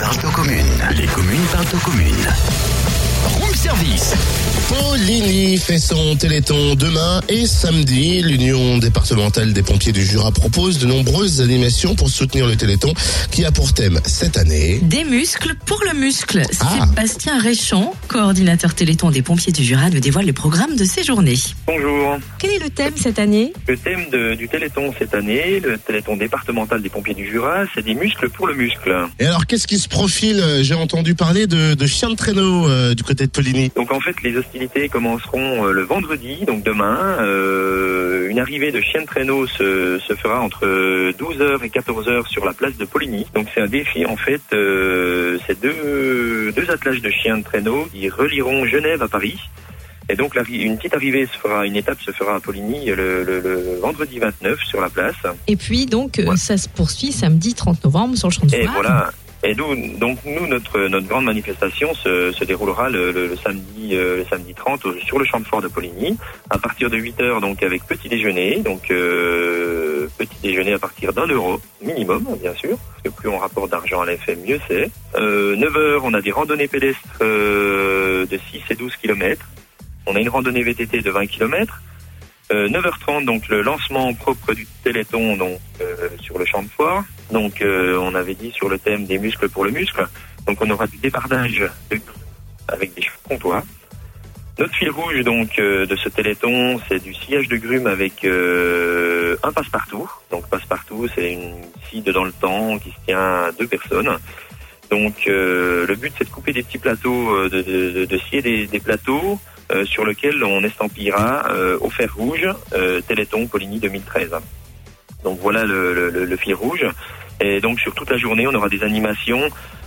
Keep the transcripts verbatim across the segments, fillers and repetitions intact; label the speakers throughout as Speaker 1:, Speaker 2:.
Speaker 1: parlent aux communes. Les communes parlent aux communes. Room service.
Speaker 2: Poligny fait son téléthon demain et samedi. L'Union départementale des pompiers du Jura propose de nombreuses animations pour soutenir le téléthon qui a pour thème cette année
Speaker 3: des muscles pour le muscle.
Speaker 2: Ah.
Speaker 3: Sébastien Réchon, coordinateur téléthon des pompiers du Jura, nous dévoile le programme de ces journées.
Speaker 4: Bonjour.
Speaker 3: Quel est le thème cette année?
Speaker 4: Le thème de, du Téléthon cette année, le Téléthon départemental des pompiers du Jura, c'est des muscles pour le muscle.
Speaker 2: Et alors, qu'est-ce qui se profile? J'ai entendu parler de, de chiens de traîneau euh, du côté de Poligny.
Speaker 4: Donc en fait, les hostilités commenceront euh, le vendredi, donc demain. Euh, une arrivée de chiens de traîneau se, se fera entre douze heures et quatorze heures sur la place de Poligny. Donc c'est un défi en fait, euh, c'est deux, deux attelages de chiens de traîneau qui relieront Genève à Paris. Et donc la, une petite arrivée se fera, une étape se fera à Poligny le, le, le vendredi vingt-neuf sur la place.
Speaker 3: Et puis donc
Speaker 4: ouais.
Speaker 3: ça se poursuit samedi trente novembre sur le champ de
Speaker 4: Et
Speaker 3: foire.
Speaker 4: voilà. Et nous, donc nous, notre notre grande manifestation se, se déroulera le, le, le samedi euh, le samedi trente au, sur le champ de foire de Poligny à partir de huit heures, donc avec petit déjeuner, donc euh, petit déjeuner à partir d'un euro minimum, bien sûr, parce que plus on rapporte d'argent à l'F M, mieux c'est. Euh, neuf heures, on a des randonnées pédestres euh, de six et douze kilomètres. On a une randonnée V T T de vingt kilomètres. Euh, neuf heures trente, donc le lancement propre du Téléthon, donc euh, sur le champ de foire. Donc euh, on avait dit sur le thème des muscles pour le muscle. Donc on aura du débardage de, avec des cheveux comptoirs. Notre fil rouge donc euh, de ce Téléthon, c'est du sillage de grumes avec euh, un passe-partout. Donc passe-partout, c'est une scie de dans le temps qui se tient à deux personnes. Donc euh, le but c'est de couper des petits plateaux, euh, de, de, de, de scier des, des plateaux euh, sur lesquels on estampillera euh, au fer rouge euh, Téléthon Poligny deux mille treize. Donc voilà le, le, le fil rouge. Et donc sur toute la journée, on aura des animations,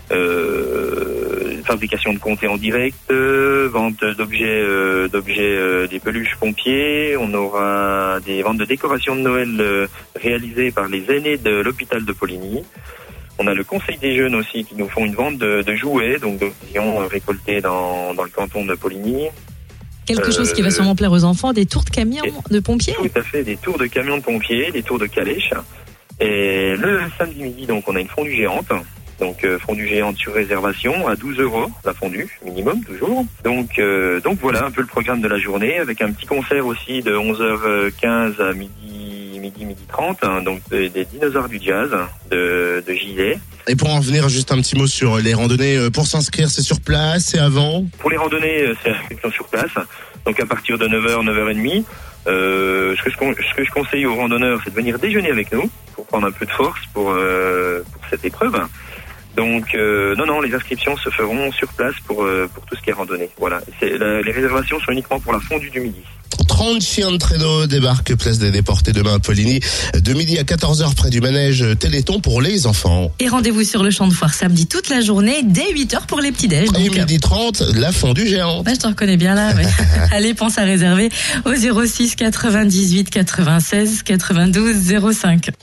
Speaker 4: euh, fabrication de comtés en direct, euh, vente d'objets, euh, d'objets, euh, des peluches pompiers. On aura des ventes de décorations de Noël euh, réalisées par les aînés de l'hôpital de Poligny. On a le conseil des jeunes aussi qui nous font une vente de, de jouets, donc d'occasion récoltés dans, dans le canton de Poligny.
Speaker 3: Quelque
Speaker 4: euh,
Speaker 3: chose qui va sûrement plaire aux enfants, des tours de camions de pompiers.
Speaker 4: Tout à fait, des tours de camions de pompiers, des tours de calèches. Et le samedi midi, donc on a une fondue géante. Donc euh, fondue géante sur réservation à douze euros la fondue, minimum toujours. Donc euh, donc voilà un peu le programme de la journée avec un petit concert aussi de onze heures quinze à midi midi midi trente, hein, donc des, des dinosaures du jazz de, de Gilet.
Speaker 2: Et pour en venir, juste un petit mot sur les randonnées. Pour s'inscrire, c'est sur place, c'est avant?
Speaker 4: Pour les randonnées, c'est inscription sur place. Donc à partir de neuf heures, neuf heures trente. Euh, ce, que je, ce que je conseille aux randonneurs, c'est de venir déjeuner avec nous pour prendre un peu de force pour, euh, pour cette épreuve. Donc euh, non, non, les inscriptions se feront sur place pour, euh, pour tout ce qui est randonnée. Voilà. C'est, la, les réservations sont uniquement pour la fondue du midi.
Speaker 2: trente chiens de traîneau débarquent place des Déportés demain à Poligny, de midi à quatorze heures près du manège Téléthon pour les enfants.
Speaker 3: Et rendez-vous sur le champ de foire samedi toute la journée, dès huit heures pour les petits déj.
Speaker 2: Et midi trente, la fondue géante.
Speaker 3: Bah, je te reconnais bien là, ouais. Allez, pense à réserver au zéro six quatre-vingt-dix-huit quatre-vingt-seize quatre-vingt-douze zéro cinq.